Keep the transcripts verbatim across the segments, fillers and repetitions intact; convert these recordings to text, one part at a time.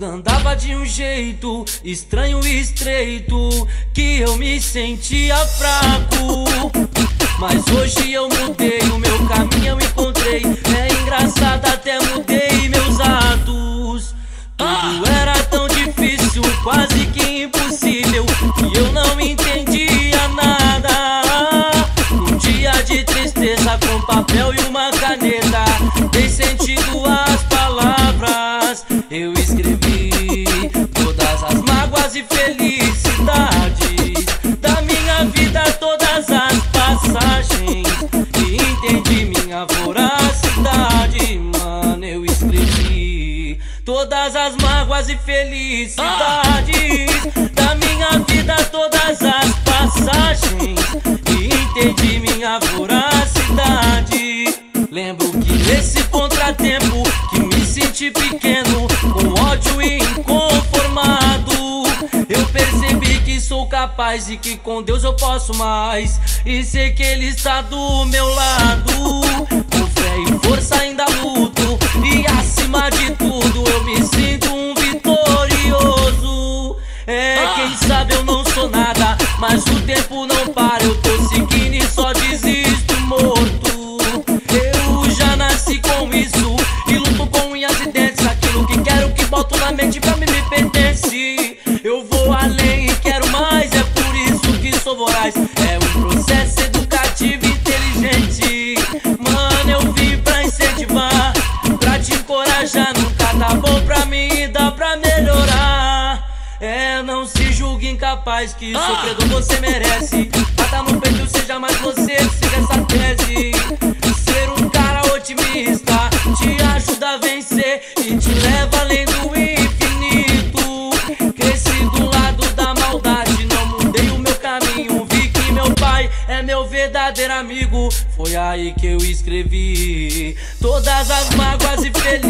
Tudo andava de um jeito estranho e estreito, que eu me sentia fraco. Mas hoje eu mudei, o meu caminho eu encontrei. É engraçado, até mudei meus atos. Tudo era tão difícil, quase que impossível, que eu não entendia nada. Um dia de tristeza, com papel e uma caneta, dei sentido às palavras. Eu escrevi todas as mágoas e felicidades da minha vida, todas as passagens, e entendi minha voracidade. Mano, eu escrevi todas as mágoas e felicidades da minha vida, todas as passagens, e entendi minha voracidade. Lembro que nesse contratempo que me senti pequeno, com ódio e inconformado, eu percebi que sou capaz e que com Deus eu posso mais, e sei que Ele está do meu lado. Com fé e força ainda luto, e acima de tudo eu me sinto um vitorioso. É, quem sabe eu não sou nada, mas o tempo não para, eu tô seguindo e só desisto morto. Eu já nasci com isso e luto com unhas e dentes. Aquilo que quero, que boto na mente, pra mim me pertence. Eu vou além e quero mais, é por isso que sou voraz. É um processo educativo inteligente. Mano, eu vim pra incentivar, pra te encorajar. Nunca tá bom pra mim e dá pra melhorar. É, não se julgue incapaz, que sofredor você merece. Bata no peito, seja mais você, siga essa tese. Ser um cara otimista te ajuda a vencer e te leva além do infinito. Cresci do lado da maldade, não mudei o meu caminho. Vi que meu pai é meu verdadeiro amigo. Foi aí que eu escrevi todas as mágoas e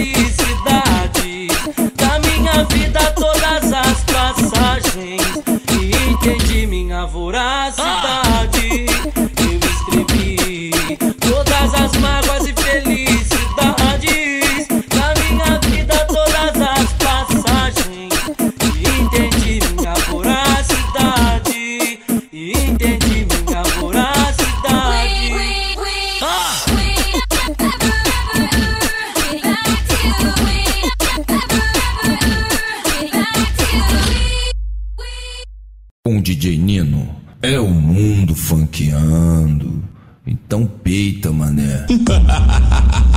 felicidades da minha vida, todas as passagens, e entendi minha voracidade. Eu escrevi todas as mágoas e felicidades da minha vida, todas as passagens, e entendi minha voracidade, e entendi minha voracidade. Com D J Nino é o mundo funkeando. Então peita, mané.